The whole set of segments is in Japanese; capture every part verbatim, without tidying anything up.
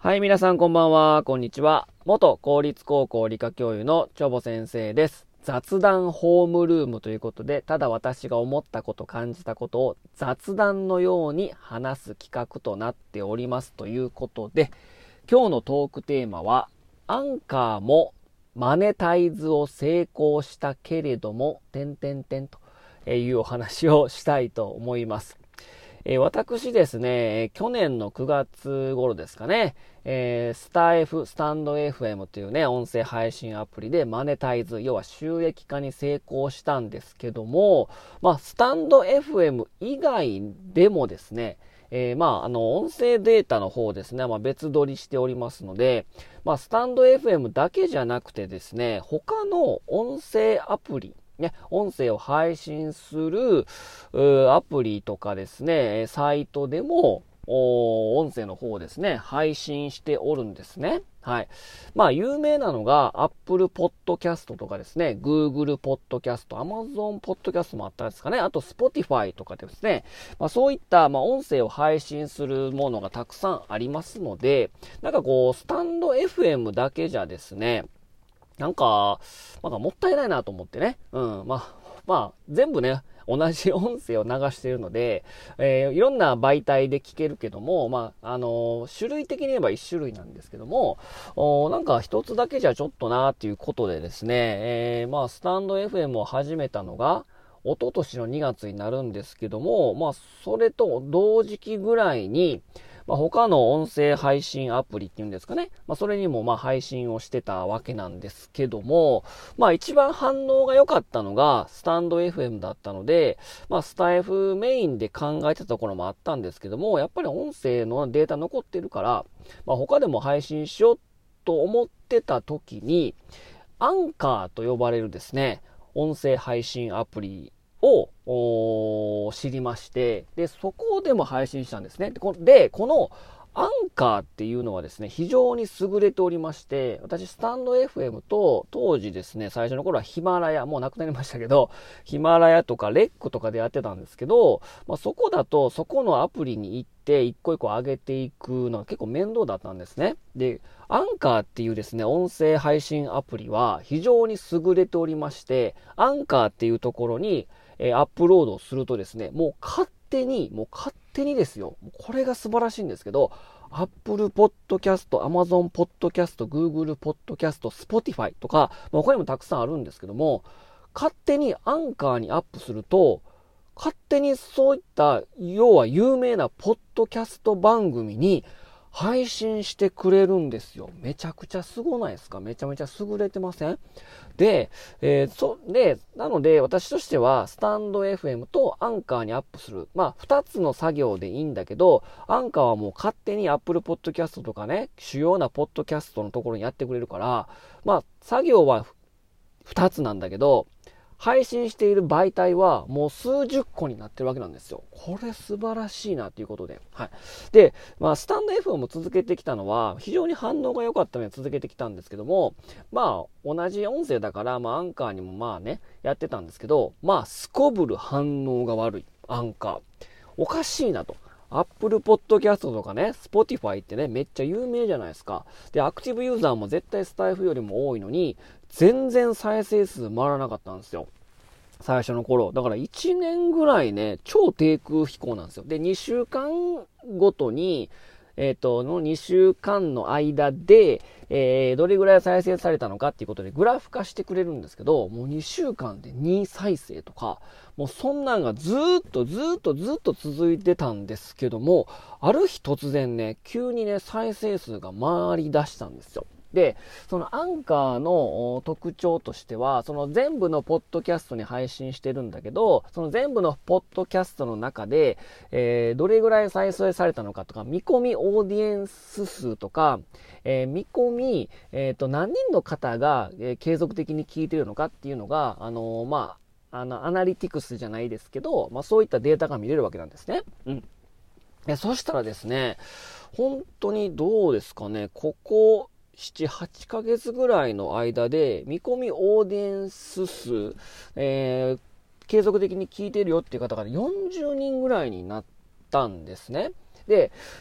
はい、皆さんこんばんは、こんにちは。元公立高校理科教諭のチョボ先生です。雑談ホームルームということで、ただ私が思ったこと、感じたことを雑談のように話す企画となっておりますということで、今日のトークテーマは、アンカーもマネタイズを成功したけれども、点々点というお話をしたいと思います。えー、私ですね、去年のくがつ頃ですかね、えー、スタ F、スタンド エフエム というね、音声配信アプリでマネタイズ、要は収益化に成功したんですけども、まあ、スタンド エフエム 以外でもですね、えー、まあ、あの、音声データの方ですね、まあ、別撮りしておりますので、まあ、スタンド エフエム だけじゃなくてですね、他の音声アプリ、ね、音声を配信するアプリとかですね、サイトでも音声の方をですね、配信しておるんですね。はい。まあ、有名なのが Apple Podcast とかですね、Google Podcast、Amazon Podcast もあったんですかね、あと Spotify とかですね、まあ、そういった、まあ、音声を配信するものがたくさんありますので、なんかこう、スタンド エフエム だけじゃですね、なんか、なんかもったいないなと思ってね。うん。まあ、まあ、全部ね、同じ音声を流しているので、えー、いろんな媒体で聞けるけども、まあ、あのー、種類的に言えば一種類なんですけども、おなんか一つだけじゃちょっとなっていうことでですね、えー、まあ、スタンド エフエム を始めたのが、一昨年のにがつになるんですけども、まあ、それと同時期ぐらいに、まあ、他の音声配信アプリっていうんですかね。まあ、それにもまあ配信をしてたわけなんですけども、まあ一番反応が良かったのがスタンド エフエム だったので、まあスタイフメインで考えてたところもあったんですけども、やっぱり音声のデータ残ってるから、まあ他でも配信しようと思ってた時に、アンカーと呼ばれるですね、音声配信アプリを知りまして、で、そこでも配信したんですね。で、こでこのアンカーっていうのはですね、非常に優れておりまして、私、スタンド エフエム と、当時ですね、最初の頃はヒマラヤ、もうなくなりましたけど、ヒマラヤとかレックとかでやってたんですけど、まあ、そこだと、そこのアプリに行って、一個一個上げていくのが結構面倒だったんですね。で、アンカーっていうですね、音声配信アプリは非常に優れておりまして、アンカーっていうところに、えー、アップロードするとですね、もう勝手に、もう勝手にですよ。これが素晴らしいんですけど、Apple Podcast、Amazon Podcast、Google Podcast、Spotify とか、まあ、他にもたくさんあるんですけども、勝手にアンカーにアップすると、勝手にそういった、要は有名なポッドキャスト番組に配信してくれるんですよ。めちゃくちゃすごないですか？めちゃめちゃ優れてません？で、えー、そ、で、なので私としてはスタンド エフエム とアンカーにアップする。まあ、二つの作業でいいんだけど、アンカーはもう勝手に Apple Podcast とかね、主要なポッドキャストのところにやってくれるから、まあ、作業は二つなんだけど、配信している媒体はもう数十個になってるわけなんですよ。これ素晴らしいなということで。はい。で、まあ、スタンド エフエム も続けてきたのは、非常に反応が良かったので続けてきたんですけども、まあ、同じ音声だから、まあ、アンカーにもまあね、やってたんですけど、まあ、すこぶる反応が悪い。アンカー。おかしいなと。Apple Podcast とかね、Spotify ってね、めっちゃ有名じゃないですか。で、アクティブユーザーも絶対スタイフよりも多いのに、全然再生数回らなかったんですよ。最初の頃。だからいちねんぐらいね、超低空飛行なんですよ。で、にしゅうかんごとに、えっと、のにしゅうかんの間で、えー、どれぐらい再生されたのかっていうことでグラフ化してくれるんですけど、もうにしゅうかんでに再生とか、もうそんなんがずーっとずーっとずーっと続いてたんですけども、ある日突然ね、急にね、再生数が回り出したんですよ。で、そのアンカーの特徴としては、その全部のポッドキャストに配信してるんだけど、その全部のポッドキャストの中で、えー、どれぐらい再生されたのかとか、見込みオーディエンス数とか、えー、見込み、えっと、何人の方が、えー、継続的に聞いてるのかっていうのが、あのー、まあ、あの、アナリティクスじゃないですけど、まあそういったデータが見れるわけなんですね。うん。えそしたらですね、本当にどうですかね、ここ、なな、はちかげつぐらいの間で、見込みオーディエンス数、えー、継続的に聞いてるよっていう方がよんじゅうにんぐらいになったんですね。で、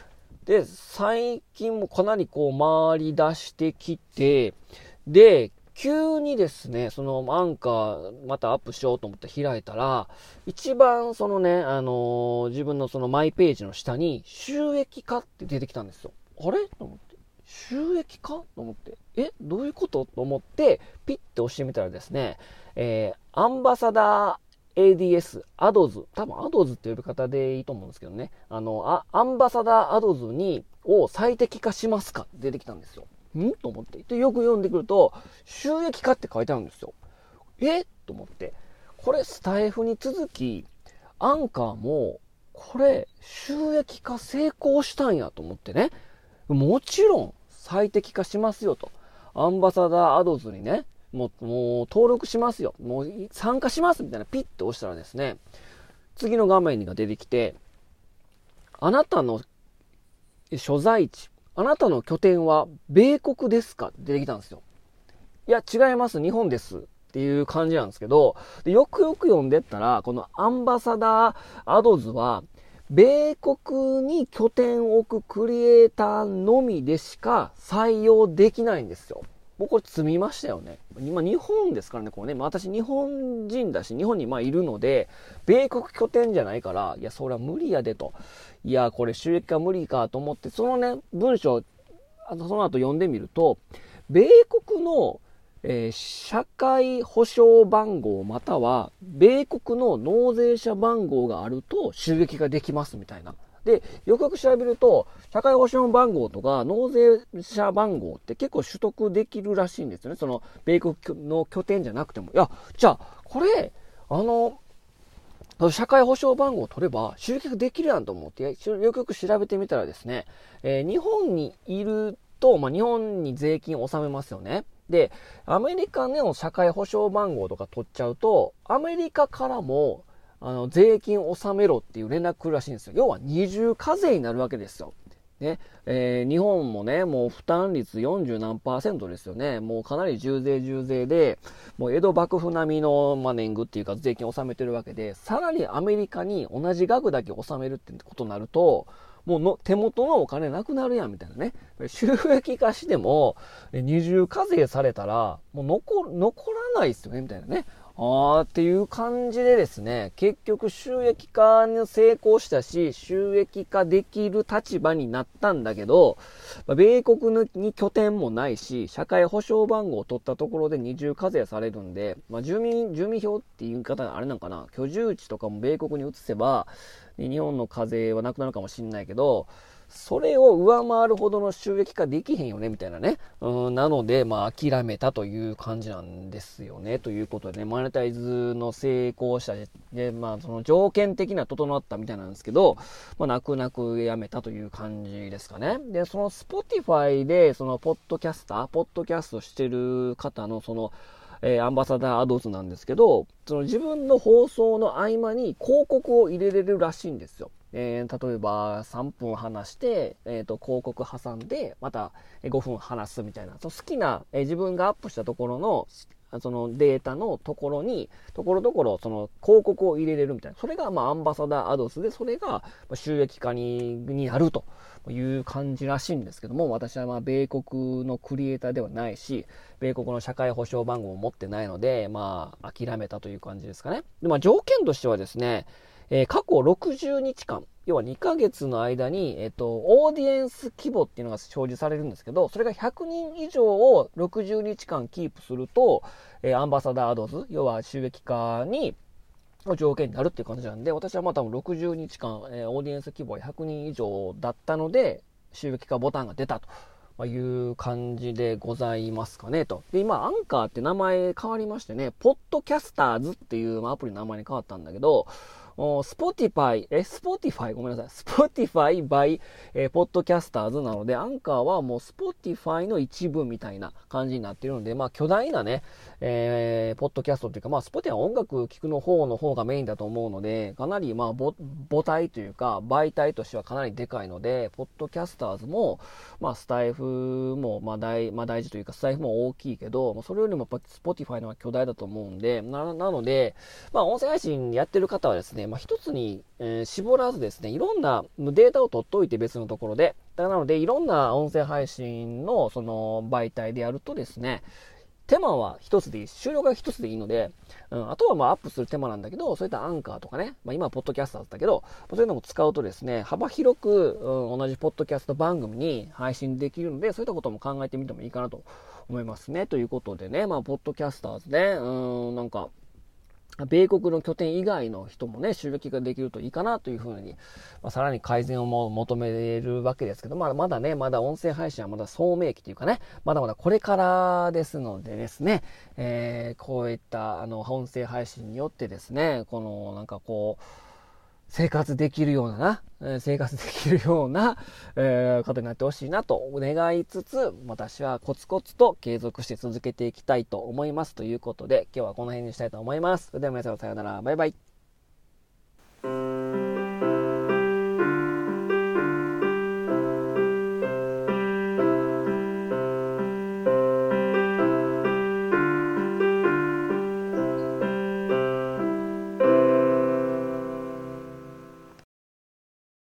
で、最近もかなりこう回り出してきて、で、急にですね、そのアンカーまたアップしようと思って開いたら、一番そのね、あのー、自分のそのマイページの下に収益化って出てきたんですよ。あれと思って。収益化と思って。えどういうことと思って、ピッて押してみたらですね、えー、アンバサダー エーディーエス、アドズ、多分アドズって呼び方でいいと思うんですけどね。あの、あアンバサダーアドズに、を最適化しますかって出てきたんですよ。んと思って。で、よく読んでくると、収益化って書いてあるんですよ。えと思って。これスタイフに続き、アンカーも、これ収益化成功したんやと思ってね。もちろん最適化しますよと。アンバサダーアドズにね、もう、もう登録しますよ。もう参加しますみたいなピッと押したらですね、次の画面が出てきて、あなたの所在地、あなたの拠点は米国ですかって出てきたんですよ。いや、違います。日本です。っていう感じなんですけど、でよくよく読んでったら、このアンバサダーアドズは、米国に拠点を置くクリエイターのみでしか採用できないんですよ。僕これ積みましたよね。今日本ですからね、これね。私日本人だし、日本にまあいるので、米国拠点じゃないから、いや、それは無理やでと。いや、これ収益化無理かと思って、そのね、文章、あのその後読んでみると、米国のえー、社会保障番号または米国の納税者番号があると収益ができますみたいな。で、よくよく調べると、社会保障番号とか納税者番号って結構取得できるらしいんですよね。その米国の拠点じゃなくても。いや、じゃあ、これ、あの、社会保障番号を取れば収益ができるやんと思って、よくよく調べてみたらですね、えー、日本にいると、まあ、日本に税金を納めますよね。で、アメリカの社会保障番号とか取っちゃうと、アメリカからも、あの、税金を納めろっていう連絡来るらしいんですよ。要は二重課税になるわけですよ。ね、えー、日本もね、もう負担率よんじゅう何パーセントですよね。もうかなり重税重税で、もう江戸幕府並みの、まあ、年貢っていうか税金を納めてるわけで、さらにアメリカに同じ額だけ納めるってことになると、もうの手元のお金なくなるやんみたいなね。収益化しても二重課税されたらもう残、残らないですよねみたいなね。あーっていう感じでですね、結局収益化に成功したし、収益化できる立場になったんだけど、米国に拠点もないし、社会保障番号を取ったところで二重課税されるんで、まあ、住民、住民票っていう言い方があれなんかな、居住地とかも米国に移せば、日本の課税はなくなるかもしれないけど、それを上回るほどの収益化できへんよねみたいなね。うん、なので、まあ諦めたという感じなんですよね。ということでね、マネタイズの成功したで、まあその条件的には整ったみたいなんですけど、まあ泣く泣くやめたという感じですかね。で、その Spotify で、そのポッドキャスター、ポッドキャストしてる方のその、えー、アンバサダーアドズなんですけど、その自分の放送の合間に広告を入れれるらしいんですよ。えー、例えばさんぷん話して、えーと、広告挟んで、またごふん話すみたいな、その好きな、えー、自分がアップしたところの、そのデータのところに、ところどころその広告を入れれるみたいな、それがまあアンバサダーアドスで、それが収益化に、になるという感じらしいんですけども、私はまあ米国のクリエイターではないし、米国の社会保障番号を持ってないので、まあ諦めたという感じですかね。で、まあ条件としてはですね、えー、過去ろくじゅうにちかん、要はにかげつの間に、えっと、オーディエンス規模っていうのが表示されるんですけど、それがひゃくにん以上をろくじゅうにちかんキープすると、えー、アンバサダーアドズ、要は収益化に、の条件になるっていう感じなんで、私はまあ多分ろくじゅうにちかん、えー、オーディエンス規模はひゃくにん以上だったので、収益化ボタンが出たと。まあ、いう感じでございますかねと。で、今、アンカーって名前変わりましてね、ポッドキャスターズっていうアプリの名前に変わったんだけど、スポティファイ、え、スポティファイごめんなさい。スポティファイ by、えー、ポッドキャスターズなので、アンカーはもうスポティファイの一部みたいな感じになっているので、まあ巨大なね、えー、ポッドキャストっていうか、まあスポティファイは音楽聴くの方の方がメインだと思うので、かなりまあ母、母体というか、媒体としてはかなりでかいので、ポッドキャスターズも、まあスタイフも、まあ大、まあ大事というか、スタイフも大きいけど、それよりもやっぱスポティファイの方が巨大だと思うんで、な、なので、まあ音声配信やってる方はですね、まあ、一つに、えー、絞らずですね、いろんなデータを取っておいて別のところで、 だからなので、いろんな音声配信のその媒体でやるとですね、手間は一つでいいし、終了が一つでいいので、うん、あとはまあアップする手間なんだけど、そういったアンカーとかね、まあ今はポッドキャスターだったけど、そういうのも使うとですね、幅広く、うん、同じポッドキャスト番組に配信できるので、そういったことも考えてみてもいいかなと思いますね。ということでね、まあポッドキャスターズね、うん、なんか、米国の拠点以外の人もね、収益ができるといいかなというふうに、まあ、さらに改善をも求めるわけですけど、まあ、まだね、まだ音声配信はまだ聡明期というかね、まだまだこれからですのでですね、えー、こういったあの音声配信によってですね、このなんかこう、生活できるようなな、えー、生活できるような、えー、方になってほしいなと願いつつ、私はコツコツと継続して続けていきたいと思いますということで、今日はこの辺にしたいと思います。それでは皆さんさようなら。バイバイ。